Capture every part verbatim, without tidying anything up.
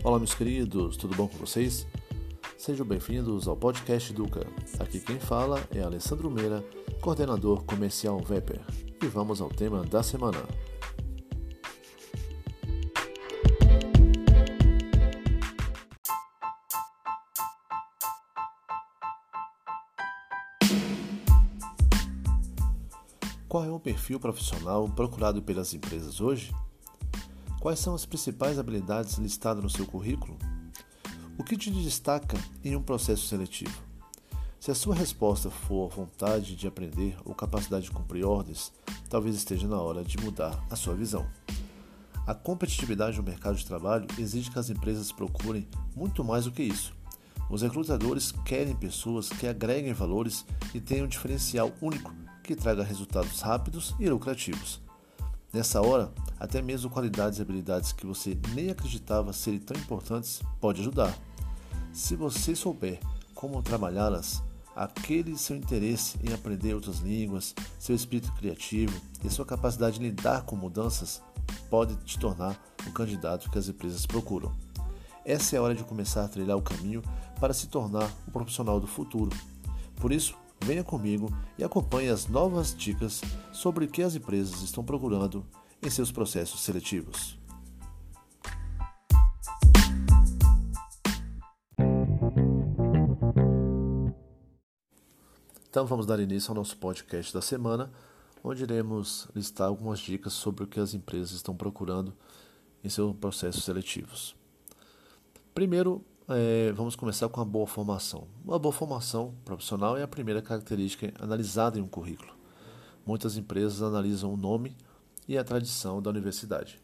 Olá, meus queridos, tudo bom com vocês? Sejam bem-vindos ao podcast Educa. Aqui quem fala é Alessandro Meira, coordenador comercial Vepper. E vamos ao tema da semana. Qual é o perfil profissional procurado pelas empresas hoje? Quais são as principais habilidades listadas no seu currículo? O que te destaca em um processo seletivo? Se a sua resposta for vontade de aprender ou capacidade de cumprir ordens, talvez esteja na hora de mudar a sua visão. A competitividade no mercado de trabalho exige que as empresas procurem muito mais do que isso. Os recrutadores querem pessoas que agreguem valores e tenham um diferencial único que traga resultados rápidos e lucrativos. Nessa hora, até mesmo qualidades e habilidades que você nem acreditava serem tão importantes pode ajudar. Se você souber como trabalhá-las, aquele seu interesse em aprender outras línguas, seu espírito criativo e sua capacidade de lidar com mudanças pode te tornar o candidato que as empresas procuram. Essa é a hora de começar a trilhar o caminho para se tornar o profissional do futuro. Por isso, venha comigo e acompanhe as novas dicas sobre o que as empresas estão procurando em seus processos seletivos. Então vamos dar início ao nosso podcast da semana, onde iremos listar algumas dicas sobre o que as empresas estão procurando em seus processos seletivos. Primeiro, É, vamos começar com a boa formação. Uma boa formação profissional é a primeira característica analisada em um currículo. Muitas empresas analisam o nome e a tradição da universidade.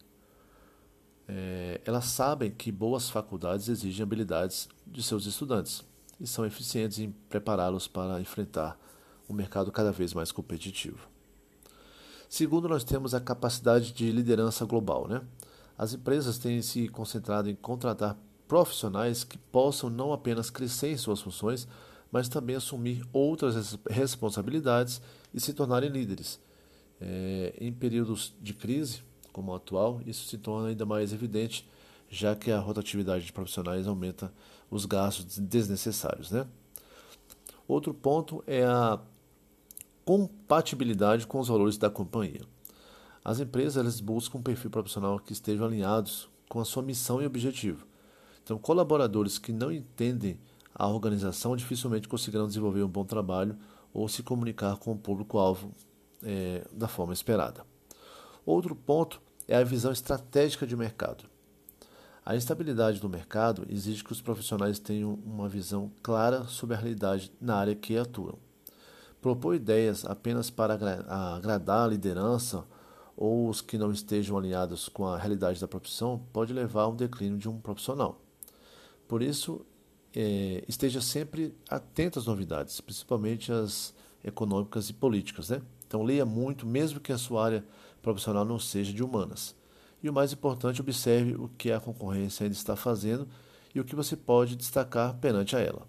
É, elas sabem que boas faculdades exigem habilidades de seus estudantes e são eficientes em prepará-los para enfrentar um mercado cada vez mais competitivo. Segundo, nós temos a capacidade de liderança global, né? As empresas têm se concentrado em contratar profissionais que possam não apenas crescer em suas funções, mas também assumir outras responsabilidades e se tornarem líderes. É, em períodos de crise, como o atual, isso se torna ainda mais evidente, já que a rotatividade de profissionais aumenta os gastos desnecessários, né? Outro ponto é a compatibilidade com os valores da companhia. As empresas elas buscam um perfil profissional que estejam alinhados com a sua missão e objetivo. Então, colaboradores que não entendem a organização dificilmente conseguirão desenvolver um bom trabalho ou se comunicar com o público-alvo é, da forma esperada. Outro ponto é a visão estratégica de mercado. A instabilidade do mercado exige que os profissionais tenham uma visão clara sobre a realidade na área que atuam. Propor ideias apenas para agradar a liderança ou os que não estejam alinhados com a realidade da profissão pode levar ao declínio de um profissional. Por isso, é, esteja sempre atento às novidades, principalmente as econômicas e políticas, né? Então, leia muito, mesmo que a sua área profissional não seja de humanas. E o mais importante, observe o que a concorrência ainda está fazendo e o que você pode destacar perante a ela.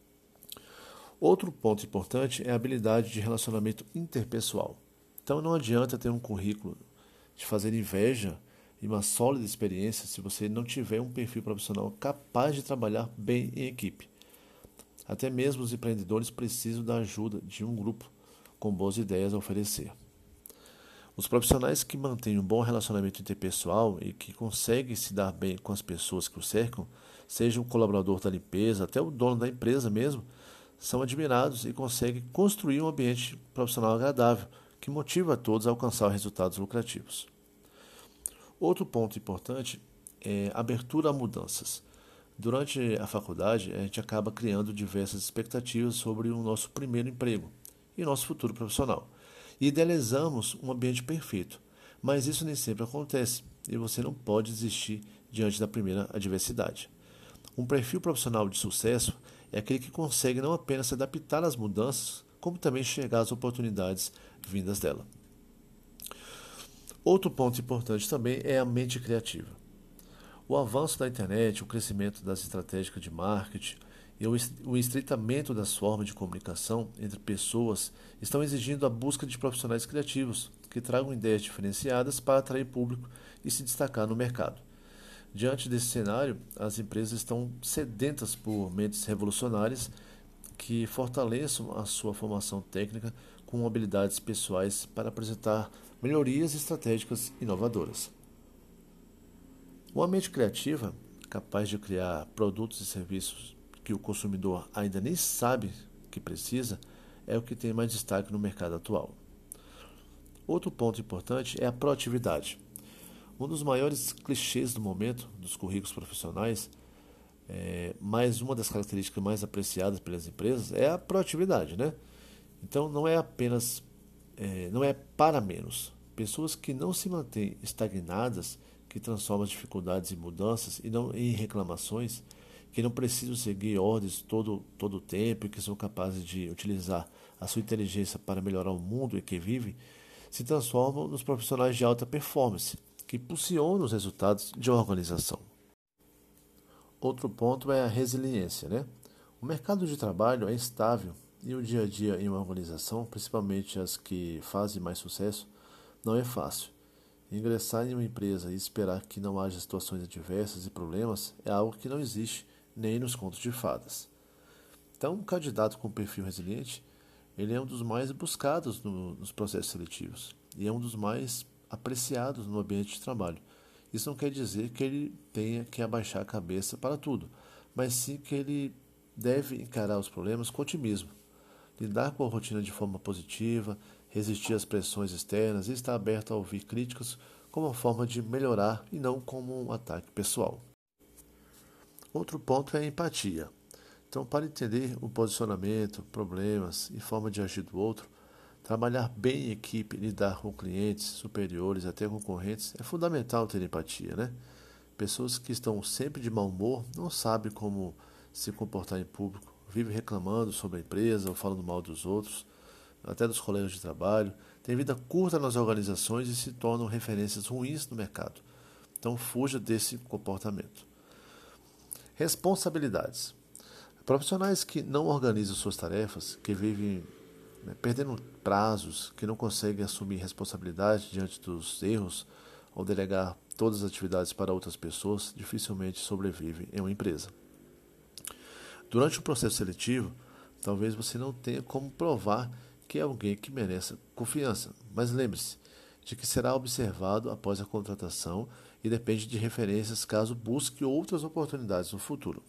Outro ponto importante é a habilidade de relacionamento interpessoal. Então, não adianta ter um currículo de fazer inveja e uma sólida experiência se você não tiver um perfil profissional capaz de trabalhar bem em equipe. Até mesmo os empreendedores precisam da ajuda de um grupo com boas ideias a oferecer. Os profissionais que mantêm um bom relacionamento interpessoal e que conseguem se dar bem com as pessoas que o cercam, seja o colaborador da limpeza, até o dono da empresa mesmo, são admirados e conseguem construir um ambiente profissional agradável, que motiva a todos a alcançar resultados lucrativos. Outro ponto importante é a abertura a mudanças. Durante a faculdade, a gente acaba criando diversas expectativas sobre o nosso primeiro emprego e nosso futuro profissional. E idealizamos um ambiente perfeito, mas isso nem sempre acontece e você não pode desistir diante da primeira adversidade. Um perfil profissional de sucesso é aquele que consegue não apenas se adaptar às mudanças, como também enxergar as oportunidades vindas dela. Outro ponto importante também é a mente criativa. O avanço da internet, o crescimento das estratégias de marketing e o estreitamento das formas de comunicação entre pessoas estão exigindo a busca de profissionais criativos que tragam ideias diferenciadas para atrair público e se destacar no mercado. Diante desse cenário, as empresas estão sedentas por mentes revolucionárias que fortaleçam a sua formação técnica com habilidades pessoais para apresentar melhorias estratégicas inovadoras. Uma mente criativa, capaz de criar produtos e serviços que o consumidor ainda nem sabe que precisa, é o que tem mais destaque no mercado atual. Outro ponto importante é a proatividade. Um dos maiores clichês do momento dos currículos profissionais, é, mas uma das características mais apreciadas pelas empresas é a proatividade, né? Então não é apenas, é, não é para menos. Pessoas que não se mantêm estagnadas, que transformam as dificuldades em mudanças e não em reclamações, que não precisam seguir ordens todo todo o tempo e que são capazes de utilizar a sua inteligência para melhorar o mundo em que vivem, se transformam nos profissionais de alta performance, que impulsionam os resultados de uma organização. Outro ponto é a resiliência, né? O mercado de trabalho é instável e o dia a dia em uma organização, principalmente as que fazem mais sucesso, não é fácil. Ingressar em uma empresa e esperar que não haja situações adversas e problemas é algo que não existe nem nos contos de fadas. Então, um candidato com perfil resiliente, ele é um dos mais buscados no, nos processos seletivos e é um dos mais apreciados no ambiente de trabalho. Isso não quer dizer que ele tenha que abaixar a cabeça para tudo, mas sim que ele deve encarar os problemas com otimismo, lidar com a rotina de forma positiva, resistir às pressões externas e estar aberto a ouvir críticas como uma forma de melhorar e não como um ataque pessoal. Outro ponto é a empatia. Então, para entender o posicionamento, problemas e forma de agir do outro, trabalhar bem em equipe, lidar com clientes, superiores, até concorrentes, é fundamental ter empatia, né? Pessoas que estão sempre de mau humor não sabem como se comportar em público, vivem reclamando sobre a empresa ou falando mal dos outros, até dos colegas de trabalho, têm vida curta nas organizações e se tornam referências ruins no mercado. Então, fuja desse comportamento. Responsabilidades. Profissionais que não organizam suas tarefas, que vivem, né, perdendo prazos, que não conseguem assumir responsabilidade diante dos erros ou delegar todas as atividades para outras pessoas, dificilmente sobrevivem em uma empresa. Durante o processo seletivo, talvez você não tenha como provar que é alguém que mereça confiança, mas lembre-se de que será observado após a contratação e depende de referências caso busque outras oportunidades no futuro.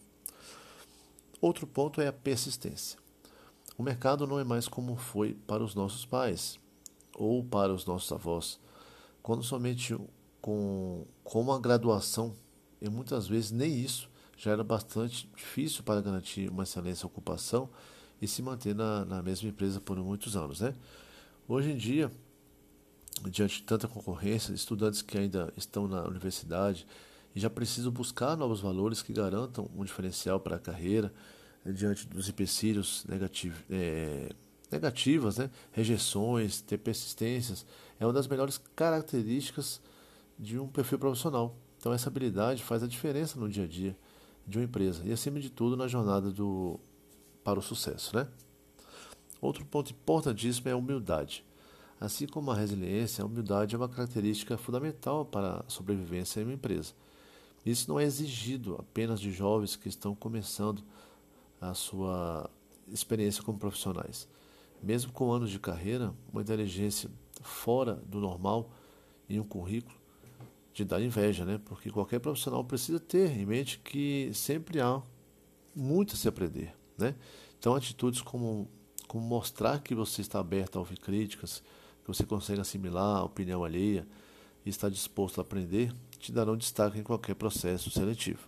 Outro ponto é a persistência. O mercado não é mais como foi para os nossos pais ou para os nossos avós, quando somente com, com uma graduação, e muitas vezes nem isso, já era bastante difícil para garantir uma excelente ocupação e se manter na, na mesma empresa por muitos anos, né? Hoje em dia, diante de tanta concorrência, estudantes que ainda estão na universidade e já precisam buscar novos valores que garantam um diferencial para a carreira, né, diante dos empecilhos negativ é, negativas, né? Rejeições, ter persistências, é uma das melhores características de um perfil profissional. Então, essa habilidade faz a diferença no dia a dia de uma empresa e, acima de tudo, na jornada do, para o sucesso, né? Outro ponto importantíssimo é a humildade. Assim como a resiliência, a humildade é uma característica fundamental para a sobrevivência em uma empresa. Isso não é exigido apenas de jovens que estão começando a sua experiência como profissionais. Mesmo com anos de carreira, uma inteligência fora do normal em um currículo de dar inveja, né? Porque qualquer profissional precisa ter em mente que sempre há muito a se aprender, né? Então, atitudes como, como mostrar que você está aberto a ouvir críticas, que você consegue assimilar a opinião alheia e está disposto a aprender, te darão destaque em qualquer processo seletivo.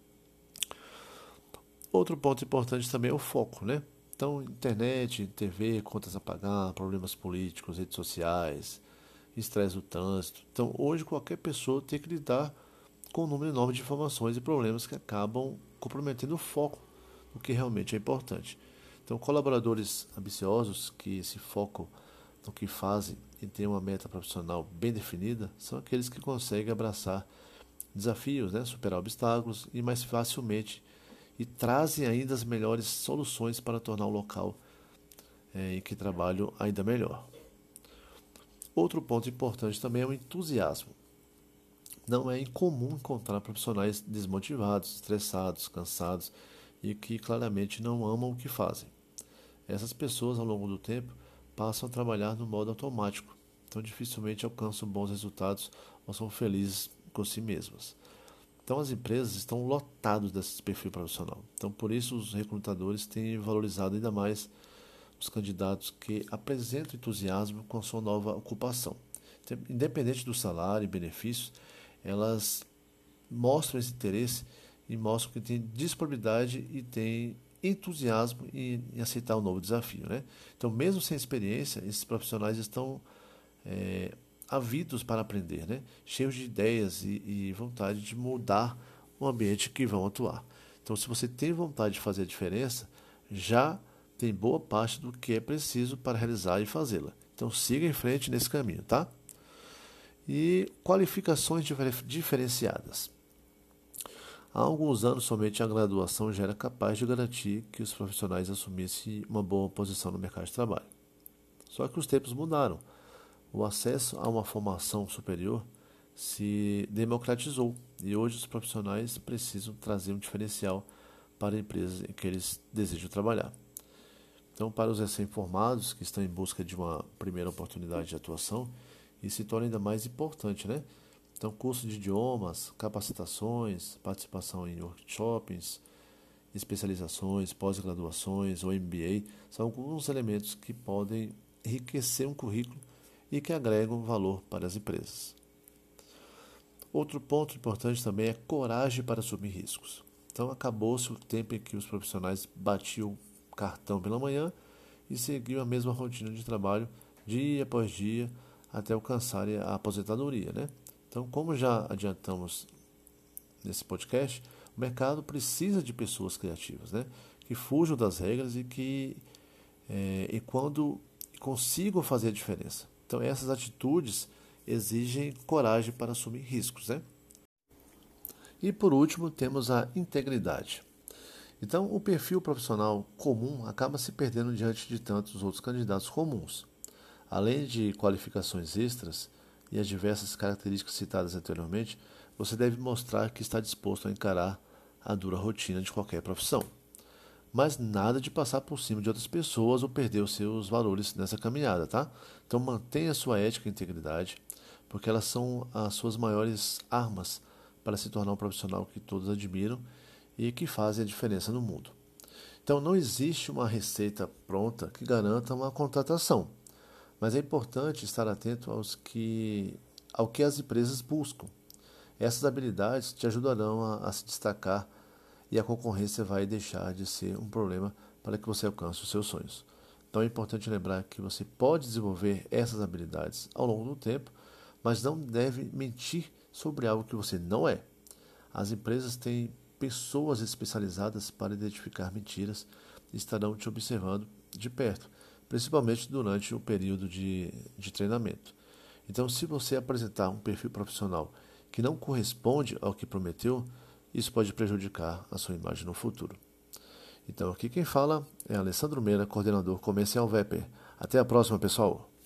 Outro ponto importante também é o foco, né? Então, internet, T V, contas a pagar, problemas políticos, redes sociais, estresse do trânsito. Então, hoje qualquer pessoa tem que lidar com um número enorme de informações e problemas que acabam comprometendo o foco no que realmente é importante. Então, colaboradores ambiciosos que se focam no que fazem e têm uma meta profissional bem definida são aqueles que conseguem abraçar desafios, né, superar obstáculos e mais facilmente e trazem ainda as melhores soluções para tornar o local é, em que trabalham ainda melhor. Outro ponto importante também é o entusiasmo. não é incomum encontrar profissionais desmotivados, estressados, cansados e que claramente não amam o que fazem. Essas pessoas, ao longo do tempo, passam a trabalhar no modo automático, então dificilmente alcançam bons resultados ou são felizes com si mesmas. Então as empresas estão lotadas desse perfil profissional. Então por isso os recrutadores têm valorizado ainda mais os candidatos que apresentam entusiasmo com a sua nova ocupação. Então, independente do salário e benefícios, elas mostram esse interesse e mostram que têm disponibilidade e têm entusiasmo em, em aceitar um novo desafio, né? Então, mesmo sem experiência, esses profissionais estão é, ávidos para aprender, né? Cheios de ideias e, e vontade de mudar o ambiente que vão atuar. Então, se você tem vontade de fazer a diferença, já tem boa parte do que é preciso para realizar e fazê-la. Então, siga em frente nesse caminho, tá? E qualificações diferenciadas. Há alguns anos, somente a graduação já era capaz de garantir que os profissionais assumissem uma boa posição no mercado de trabalho. Só que os tempos mudaram. O acesso a uma formação superior se democratizou e hoje os profissionais precisam trazer um diferencial para a empresa em que eles desejam trabalhar. Então, para os recém-formados que estão em busca de uma primeira oportunidade de atuação, isso se torna ainda mais importante, né? Então, curso de idiomas, capacitações, participação em workshops, especializações, pós-graduações ou M B A são alguns elementos que podem enriquecer um currículo e que agregam valor para as empresas. Outro ponto importante também é coragem para assumir riscos. Então, acabou-se o tempo em que os profissionais batiam o cartão pela manhã e seguiam a mesma rotina de trabalho dia após dia até alcançarem a aposentadoria, né? Então, como já adiantamos nesse podcast, o mercado precisa de pessoas criativas, né? Que fujam das regras e que, é, e quando consigam fazer a diferença. Então, essas atitudes exigem coragem para assumir riscos, né? E, por último, temos a integridade. Então, o perfil profissional comum acaba se perdendo diante de tantos outros candidatos comuns. Além de qualificações extras e as diversas características citadas anteriormente, você deve mostrar que está disposto a encarar a dura rotina de qualquer profissão. Mas nada de passar por cima de outras pessoas ou perder os seus valores nessa caminhada, tá? Então mantenha a sua ética e integridade, porque elas são as suas maiores armas para se tornar um profissional que todos admiram e que fazem a diferença no mundo. Então não existe uma receita pronta que garanta uma contratação. Mas é importante estar atento aos que, ao que as empresas buscam. Essas habilidades te ajudarão a, a se destacar e a concorrência vai deixar de ser um problema para que você alcance os seus sonhos. Então é importante lembrar que você pode desenvolver essas habilidades ao longo do tempo, mas não deve mentir sobre algo que você não é. As empresas têm pessoas especializadas para identificar mentiras e estarão te observando de perto, principalmente durante o período de, de treinamento. Então, se você apresentar um perfil profissional que não corresponde ao que prometeu, isso pode prejudicar a sua imagem no futuro. Então, aqui quem fala é Alessandro Meira, coordenador comercial Vepper. Até a próxima, pessoal!